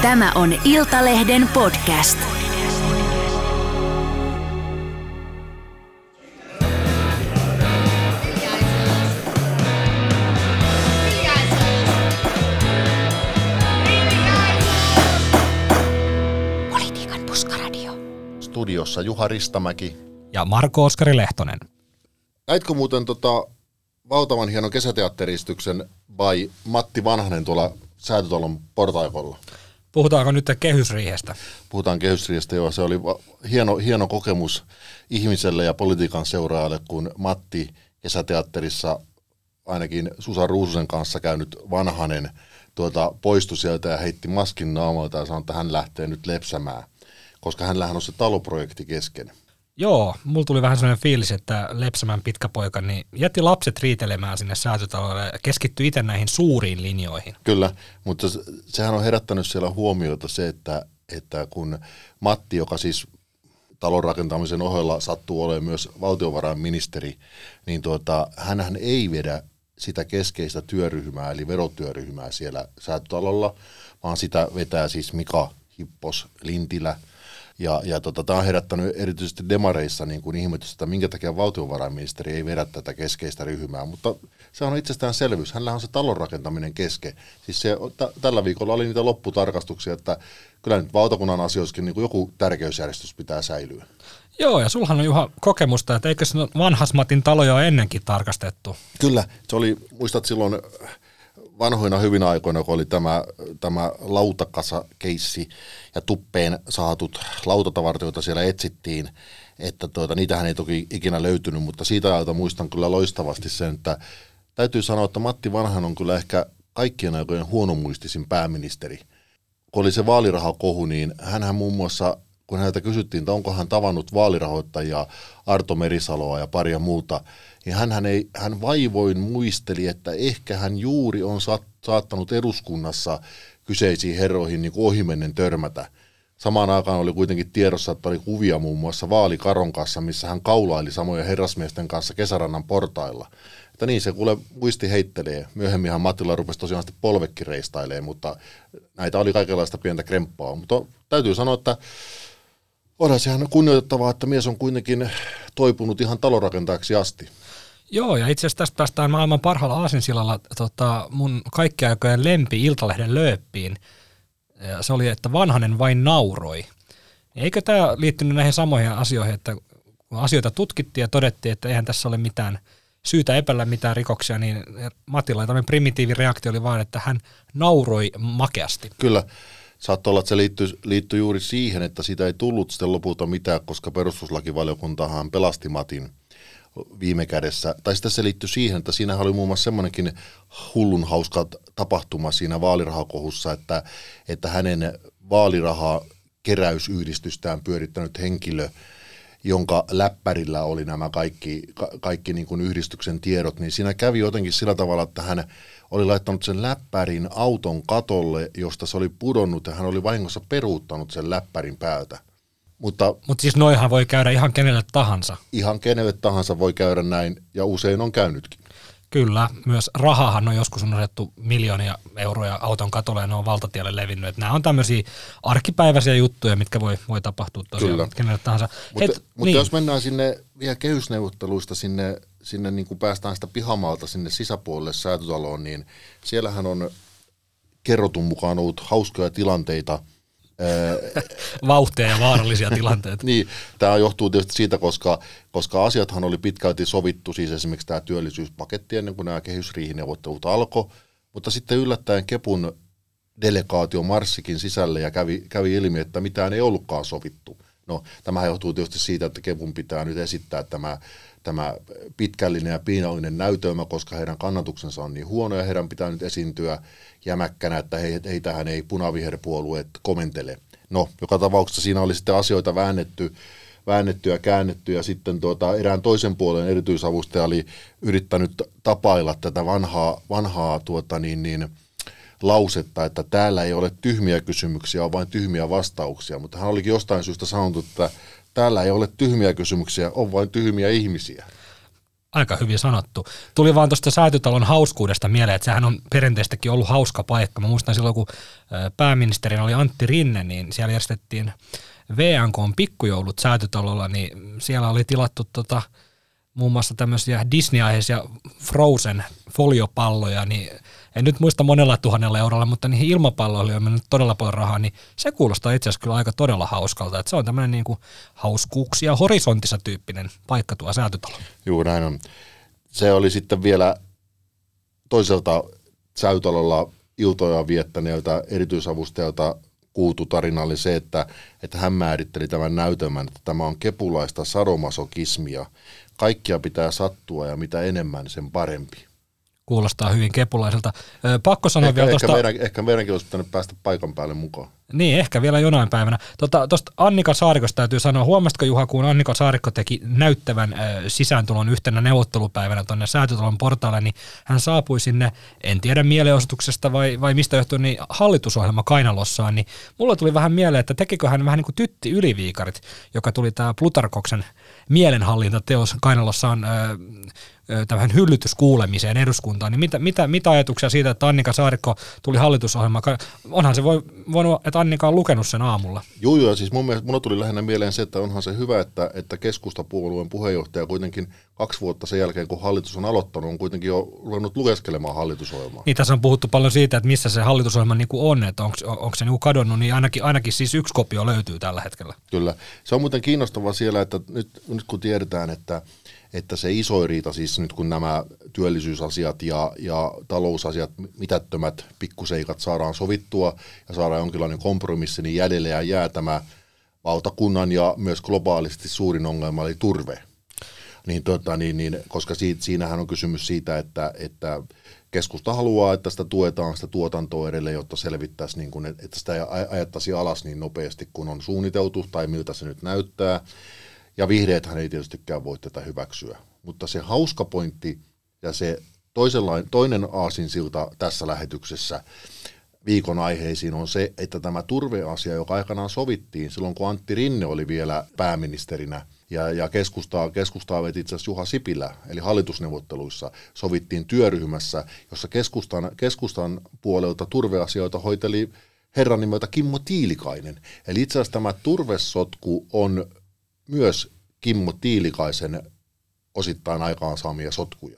Tämä on Iltalehden podcast. Politiikan puskaradio. Studiossa Juha Ristamäki. Ja Marko Oskari Lehtonen. Näitkö muuten valtavan hienon kesäteatteristyksen by Matti Vanhanen tuolla Säätytalon portaikolla? Puhutaanko nyt kehysriihestä? Puhutaan kehysriihestä, joo. Se oli hieno kokemus ihmiselle ja politiikan seuraajalle, kun Matti kesäteatterissa ainakin Susan Ruususen kanssa käynyt Vanhanen poistui sieltä ja heitti maskin naamalta ja sanoi, että hän lähtee nyt lepsämään, koska hänellähän on se taloprojekti kesken. Joo, mulla tuli vähän sellainen fiilis, että Lepsämän pitkä poika niin jätti lapset riitelemään sinne Säätytalolle ja keskittyi itse näihin suuriin linjoihin. Kyllä, mutta sehän on herättänyt siellä huomiota se, että kun Matti, joka siis talon rakentamisen ohella sattuu olemaan myös valtiovarainministeri, niin hänhän ei vedä sitä keskeistä työryhmää, eli verotyöryhmää siellä Säätytalolla, vaan sitä vetää siis Mika Hippos Lintilä. Ja tämä on herättänyt erityisesti demareissa niin kuin ihmetystä, että minkä takia valtiovarainministeri ei vedä tätä keskeistä ryhmää, mutta se on itsestäänselvyys. Hänellä on se talon rakentaminen kesken. Siis tällä viikolla oli niitä lopputarkastuksia, että kyllä nyt valtakunnan asioissakin niin kuin joku tärkeysjärjestys pitää säilyä. Joo, ja sulhan on Juha kokemusta, että eikö se vanhas Matin taloja ole ennenkin tarkastettu? Kyllä, se oli, muistat silloin vanhoina hyvinä aikoina, kun oli tämä lautakasa-keissi ja tuppeen saatut lautatavarat, joita siellä etsittiin, että niitähän ei toki ikinä löytynyt, mutta siitä ajalta muistan kyllä loistavasti sen, että täytyy sanoa, että Matti Vanhanen on kyllä ehkä kaikkien aikojen huonomuistisin pääministeri. Kun oli se vaalirahakohu, niin hänhän muun muassa, kun häneltä kysyttiin, että onko hän tavannut vaalirahoittajia Arto Merisaloa ja paria muuta, niin hän vaivoin muisteli, että ehkä hän juuri on saattanut eduskunnassa kyseisiin herroihin niin kuin ohimennen törmätä. Samaan aikaan oli kuitenkin tiedossa, että oli kuvia muun muassa vaalikaron kanssa, missä hän kaulaili samojen herrasmiesten kanssa kesärannan portailla. Että niin se kuule muisti heittelee. Myöhemminhan Mattila rupesi tosiaan sitten polvekin reistailemaan, mutta näitä oli kaikenlaista pientä kremppaa. Mutta täytyy sanoa, että onhan sehän kunnioitettavaa, että mies on kuitenkin toipunut ihan talonrakentajaksi asti. Joo, ja itse asiassa tästä päästään maailman parhaalla aasinsillalla mun kaikkien aikojen lempi Iltalehden lööppiin. Ja se oli, että Vanhanen vain nauroi. Eikö tämä liittynyt näihin samoihin asioihin, että kun asioita tutkittiin ja todettiin, että eihän tässä ole mitään syytä epäillä mitään rikoksia, niin Matilla tämmöinen primitiivi reaktio oli vain, että hän nauroi makeasti. Kyllä. Saattoi olla, että se liittyi juuri siihen, että siitä ei tullut sitten lopulta mitään, koska perustuslakivaliokuntahan pelasti Matin viime kädessä. Tai sitten se liittyi siihen, että siinähän oli muun muassa semmoinenkin hullun hauska tapahtuma siinä vaalirahakohussa, että hänen vaalirahakeräysyhdistystään pyörittänyt henkilö, jonka läppärillä oli nämä kaikki niin kuin yhdistyksen tiedot, niin siinä kävi jotenkin sillä tavalla, että hän oli laittanut sen läppärin auton katolle, josta se oli pudonnut ja hän oli vahingossa peruuttanut sen läppärin päältä. Mutta siis noihan voi käydä ihan kenelle tahansa. Ihan kenelle tahansa voi käydä näin ja usein on käynytkin. Kyllä, myös rahahan on joskus unohdettu miljoonia euroja auton katolle ja ne on valtatielle levinnyt. Että nämä on tämmöisiä arkipäiväisiä juttuja, mitkä voi tapahtua tosiaan kyllä kenelle tahansa. Mutta niin. Jos mennään sinne vielä kehysneuvotteluista sinne niin kuin päästään sitä pihamaalta sinne sisäpuolelle Säätytaloon, niin siellähän on kerrotun mukaan ollut hauskoja tilanteita. Vauhtia ja vaarallisia tilanteita. Niin, tämä johtuu tietysti siitä, koska asiathan oli pitkälti sovittu, siis esimerkiksi tämä työllisyyspaketti ennen kuin nämä kehysriihineuvottelut alkoi, mutta sitten yllättäen Kepun delegaatio marssikin sisälle ja kävi ilmi, että mitään ei ollutkaan sovittu. No, tämähän johtuu tietysti siitä, että Kepun pitää nyt esittää tämä pitkällinen ja piinallinen näytelmä, koska heidän kannatuksensa on niin huono ja heidän pitää nyt esiintyä jämäkkänä, että heitähän ei punaviherpuolueet komentele. No, joka tapauksessa siinä oli sitten asioita väännetty ja käännetty ja sitten erään toisen puolen erityisavustaja oli yrittänyt tapailla tätä vanhaa lausetta, että täällä ei ole tyhmiä kysymyksiä, on vain tyhmiä vastauksia, mutta hän olikin jostain syystä sanonut, että täällä ei ole tyhmiä kysymyksiä, on vain tyhmiä ihmisiä. Aika hyvin sanottu. Tuli vaan tuosta Säätytalon hauskuudesta mieleen, että sehän on perinteistäkin ollut hauska paikka. Mä muistan silloin, kun pääministerinä oli Antti Rinne, niin siellä järjestettiin VNK:n pikkujoulut Säätytalolla, niin siellä oli tilattu muun muassa tämmöisiä Disney-aiheisia Frozen foliopalloja, niin en nyt muista monella 1000 eurolla, mutta niihin ilmapalloihin on mennyt todella paljon rahaa, niin se kuulostaa itse asiassa kyllä aika todella hauskalta, että se on tämmöinen niin kuin hauskuuksia horisontissa tyyppinen paikka tuo Säätytalo. Juu, näin on. Se oli sitten vielä toiselta Säätytalolla iltoja viettäneeltä erityisavustajalta kuultu tarina oli se, että hän määritteli tämän näytelmän, että tämä on kepulaista sadomasokismia. Kaikkia pitää sattua ja mitä enemmän, sen parempi. Kuulostaa hyvin kepulaiselta. Pakko sanoa vielä tuosta... Ehkä meidänkin olisi pitänyt päästä paikan päälle mukaan. Niin, ehkä vielä jonain päivänä. Tuosta Annika Saarikosta täytyy sanoa, huomasitko Juha, kun Annika Saarikko teki näyttävän sisääntulon yhtenä neuvottelupäivänä tuonne Säätytalon portaalle, niin hän saapui sinne, en tiedä mielenosoituksesta vai mistä johtuen, niin hallitusohjelma kainalossaan, niin mulla tuli vähän mieleen, että tekikö hän vähän niin kuin Tytti Yliviikarit, joka tuli tämä Plutarkoksen mielenhallintateos kainalossaan tähän hyllytyskuulemiseen eduskuntaan, niin mitä ajatuksia siitä, että Annika Saarikko tuli hallitusohjelmaan? Onhan se voinut, että Annika on lukenut sen aamulla. Joo, ja siis mun mielestä mulla tuli lähinnä mieleen se, että onhan se hyvä, että keskustapuolueen puheenjohtaja kuitenkin 2 vuotta sen jälkeen, kun hallitus on aloittanut, on kuitenkin jo ruvennut lueskelemaan hallitusohjelmaa. Niin, tässä on puhuttu paljon siitä, että missä se hallitusohjelma niin kuin on, että onko se niin kuin kadonnut, niin ainakin siis 1 kopio löytyy tällä hetkellä. Kyllä. Se on muuten kiinnostavaa siellä, että nyt kun tiedetään, että se iso riita, siis nyt kun nämä työllisyysasiat ja talousasiat, mitättömät pikkuseikat saadaan sovittua ja saadaan jonkinlainen kompromissi, niin jäljelle jää tämä valtakunnan ja myös globaalisti suurin ongelma, eli turve. Koska siinähän on kysymys siitä, että keskusta haluaa, että sitä tuetaan sitä tuotantoa edelleen, jotta selvittäisiin, niin kuin, että sitä ei ajattaisi alas niin nopeasti, kun on suunniteltu tai miltä se nyt näyttää. Ja vihreäthän ei tietystikään voi tätä hyväksyä. Mutta se hauska pointti ja se toinen aasinsilta tässä lähetyksessä viikon aiheisiin on se, että tämä turveasia, joka aikanaan sovittiin silloin, kun Antti Rinne oli vielä pääministerinä, ja keskustaa veti itse asiassa Juha Sipilä, eli hallitusneuvotteluissa sovittiin työryhmässä, jossa keskustan puolelta turveasioita hoiteli herran nimeltä Kimmo Tiilikainen. Eli itse asiassa tämä turvesotku on myös Kimmo Tiilikaisen osittain aikaansaamia sotkuja.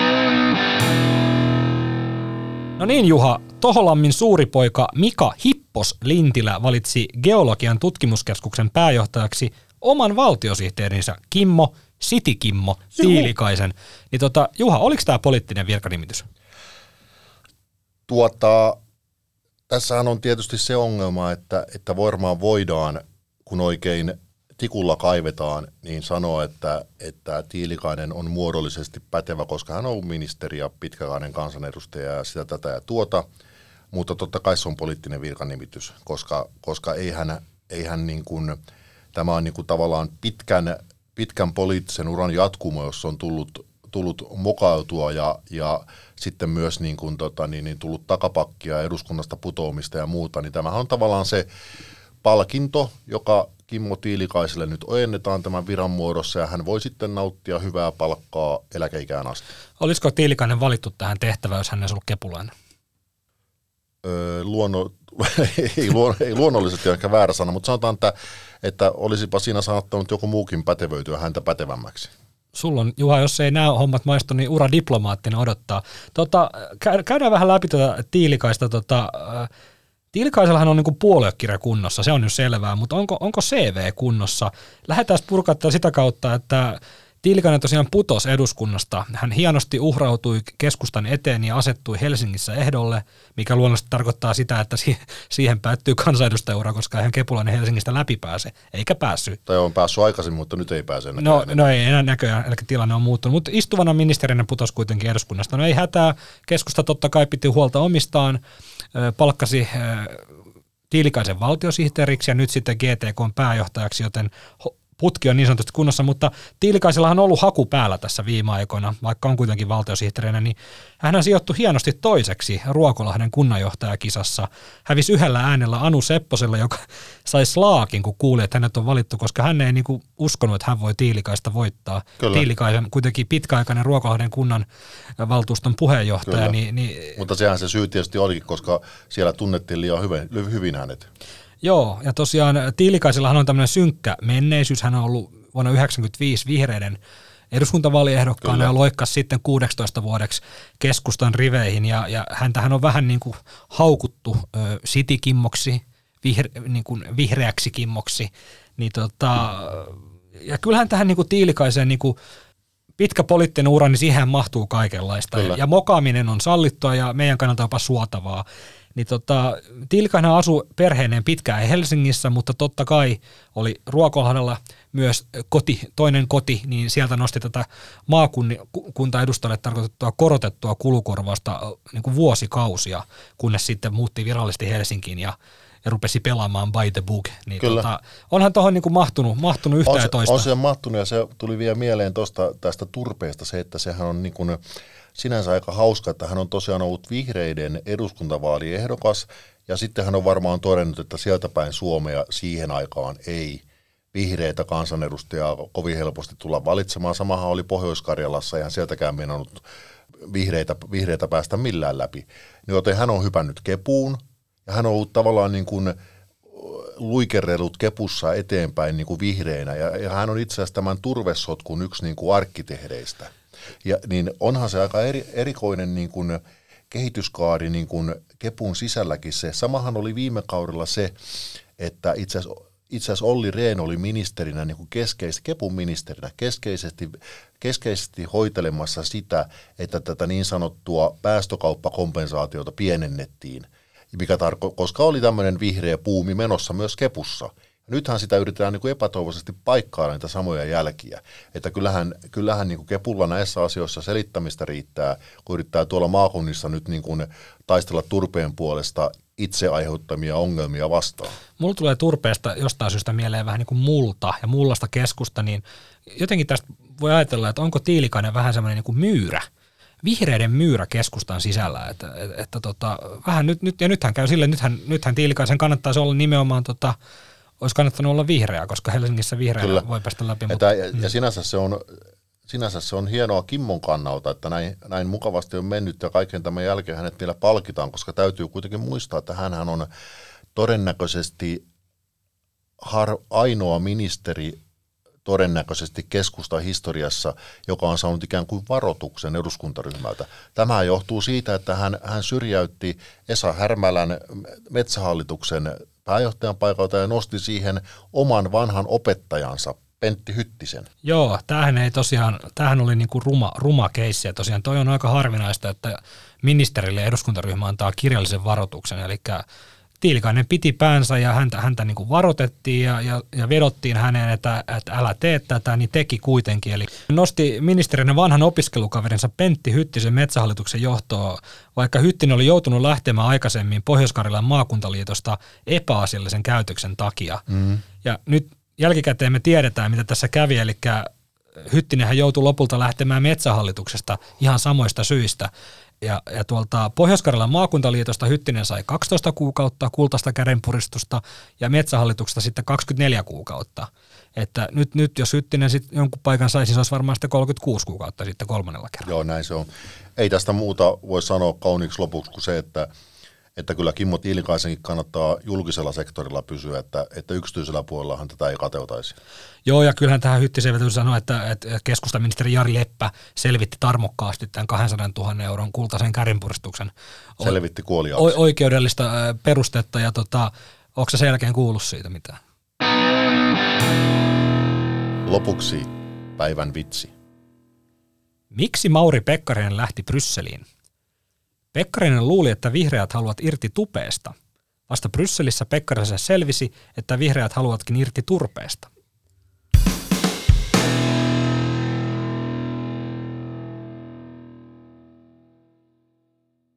No niin Juha, Toholammin suuripoika Mika Hippos-Lintilä valitsi Geologian tutkimuskeskuksen pääjohtajaksi oman valtiosihteerinsä Kimmo Tiilikaisen. Niin Juha, oliko tämä poliittinen virkanimitys? Tässähän on tietysti se ongelma, että varmaan voidaan, kun oikein tikulla kaivetaan, niin sanoa, että Tiilikainen on muodollisesti pätevä, koska hän on ministeri ja pitkäaikainen kansanedustaja ja sitä tätä ja tuota, mutta totta kai se on poliittinen virkanimitys, koska eihän niin kuin, tämä on niin kuin tavallaan pitkän poliittisen uran jatkumo, jossa on tullut mokailtua ja sitten myös niin kuin, tullut takapakkia eduskunnasta putoamista ja muuta, niin tämähän on tavallaan se palkinto, joka Kimmo Tiilikaiselle nyt ojennetaan tämän viran muodossa ja hän voi sitten nauttia hyvää palkkaa eläkeikään asti. Olisiko Tiilikainen valittu tähän tehtävään, jos hän ei ollut kepulainen? Ei luonnollisesti ole ehkä väärä sana, mutta sanotaan, että olisipa siinä saattanut joku muukin pätevöityä häntä pätevämmäksi. Sulla on, Juha, jos ei nämä hommat maistu, niin ura diplomaattinen odottaa. Käydään vähän läpi Tiilikaista. Tiilikaisellahan on niinku puoluekirja kunnossa, se on nyt selvää, mutta onko CV kunnossa? Lähdetään purkattaa sitä kautta, että Tiilikainen tosiaan putosi eduskunnasta. Hän hienosti uhrautui keskustan eteen ja asettui Helsingissä ehdolle, mikä luonnollisesti tarkoittaa sitä, että siihen päättyy kansanedustajaura, koska eihän Kepulainen Helsingistä läpi pääse, eikä päässyt. Tai on päässyt aikaisemmin, mutta nyt ei pääse. No ei enää näköjään, eli tilanne on muuttunut, mutta istuvana ministerinä putosi kuitenkin eduskunnasta. No ei hätää, keskusta totta kai piti huolta omistaan, palkkasi Tiilikaisen valtiosihteeriksi ja nyt sitten GTK:n pääjohtajaksi, joten putki on niin sanotusti kunnossa, mutta Tiilikaisellahan on ollut haku päällä tässä viime aikoina, vaikka on kuitenkin valtiosihteerinä, niin hän sijoittui hienosti toiseksi Ruokolahden kunnanjohtajakisassa. Hävisi yhdellä äänellä Anu Sepposelle, joka sai slaakin, kun kuuli, että hänet on valittu, koska hän ei niinku uskonut, että hän voi Tiilikaista voittaa. Kyllä. Tiilikaisen kuitenkin pitkäaikainen Ruokolahden kunnan valtuuston puheenjohtaja. Mutta sehän se syy tietysti olikin, koska siellä tunnettiin liian hyvin hänet. Joo, ja tosiaan Tiilikaisellahan on tämmöinen synkkä menneisyys. Hän on ollut vuonna 1995 vihreiden eduskuntavaaliehdokkaana ja loikkasi sitten 16 vuodeksi keskustan riveihin, ja häntähän on vähän niin kuin haukuttu City-kimmoksi, niin kuin vihreäksi kimmoksi, ja kyllähän tähän niin kuin Tiilikaiseen niin kuin pitkä poliittinen ura, niin siihen mahtuu kaikenlaista, ja mokaaminen on sallittua ja meidän kannalta jopa suotavaa. Niin Tiilikainen asui perheineen pitkään Helsingissä, mutta totta kai oli Ruokolahdella myös toinen koti, niin sieltä nosti tätä maakuntaedustajalle tarkoitettua korotettua kulukorvausta niin kuin vuosikausia, kunnes sitten muutti virallisesti Helsinkiin ja rupesi pelaamaan by the book. Niin onhan tuohon niin kuin mahtunut yhtä ja toista. On se mahtunut, ja se tuli vielä mieleen tästä turpeesta se, että sehän on niin kuin sinänsä aika hauska, että hän on tosiaan ollut vihreiden eduskuntavaaliehdokas, ja sitten hän on varmaan todennut, että sieltä päin Suomea siihen aikaan ei vihreitä kansanedustajaa kovin helposti tulla valitsemaan. Samahan oli Pohjois-Karjalassa, eihän sieltäkään meinannut vihreitä päästä millään läpi. Joten hän on hypännyt kepuun, ja hän on ollut tavallaan niin kuin luikerellut kepussa eteenpäin niin kuin vihreinä, ja hän on itse asiassa tämän turvesotkun yksi niin kuin arkkitehdeistä. Ja niin onhan se aika erikoinen niin kuin kehityskaari niin kuin kepun sisälläkin se. Samahan oli viime kaudella se, että itse asiassa Olli Rehn oli ministerinä, niin kuin kepun ministerinä, keskeisesti hoitelemassa sitä, että tätä niin sanottua päästökauppakompensaatiota pienennettiin, koska oli tämmöinen vihreä puumi menossa myös kepussa. Nythän sitä yritetään niin kuin epätoivoisesti paikkaa näitä samoja jälkiä, että kyllähän niin kuin kepulla näissä asioissa selittämistä riittää, kun yrittää tuolla maakunnissa nyt niin kuin taistella turpeen puolesta itse aiheuttamia ongelmia vastaan. Mulla tulee turpeesta jostain syystä mieleen vähän niin kuin multa ja mullasta keskusta, niin jotenkin tästä voi ajatella, että onko Tiilikainen vähän semmoinen niin kuin myyrä, vihreiden myyrä keskustan sisällä, että vähän nyt, ja nythän käy silleen, nythän Tiilikaisen kannattaisi olla nimenomaan olisi kannattanut olla vihreää, koska Helsingissä vihreällä voi päästä läpi. Ja sinänsä se on hienoa Kimmon kannalta, että näin mukavasti on mennyt ja kaiken tämän jälkeen hänet vielä palkitaan, koska täytyy kuitenkin muistaa, että hänhän on todennäköisesti ainoa ministeri todennäköisesti keskustan historiassa, joka on saanut ikään kuin varoituksen eduskuntaryhmältä. Tämä johtuu siitä, että hän syrjäytti Esa Härmälän Metsähallituksen pääjohtajan paikalta ja nosti siihen oman vanhan opettajansa Pentti Hyttisen. Joo, tämähän oli niinku ruma keissi, ja tosiaan toi on aika harvinaista, että ministerille eduskuntaryhmä antaa kirjallisen varoituksen, eli Tiilikainen piti päänsä ja häntä niin kuin varoitettiin ja vedottiin häneen, että älä tee tätä, niin teki kuitenkin. Eli nosti ministerinä vanhan opiskelukaverinsa Pentti Hyttisen Metsähallituksen johtoon, vaikka Hyttinen oli joutunut lähtemään aikaisemmin Pohjois-Karjalan maakuntaliitosta epäasiallisen käytöksen takia. Ja nyt jälkikäteen me tiedetään, mitä tässä kävi, eli Hyttinenhän joutui lopulta lähtemään Metsähallituksesta ihan samoista syistä. Ja tuolta Pohjois-Karjalan maakuntaliitosta Hyttinen sai 12 kuukautta kultaista kädenpuristusta ja Metsähallituksesta sitten 24 kuukautta. Että nyt jos Hyttinen sitten jonkun paikan saisi, se olisi varmaan sitten 36 kuukautta sitten kolmannella kerralla. Joo, näin se on. Ei tästä muuta voi sanoa kauniiksi lopuksi kuin se, että kyllä Kimmo Tiilikaisenkin kannattaa julkisella sektorilla pysyä, että yksityisellä puolellahan tätä ei kateutaisi. Joo, ja kyllähän tähän Hyttiseen täytyy sanoa, että keskustaministeri Jari Leppä selvitti tarmokkaasti tämän 200 000 euron kultaisen kärinpuristuksen. Selvitti kuoliaaksi. Oikeudellista perustetta, ja onko se sen jälkeen kuullut siitä mitään? Lopuksi päivän vitsi. Miksi Mauri Pekkarinen lähti Brysseliin? Pekkarinen luuli, että vihreät haluavat irti tupeesta. Vasta Brysselissä Pekkariselle selvisi, että vihreät haluavatkin irti turpeesta.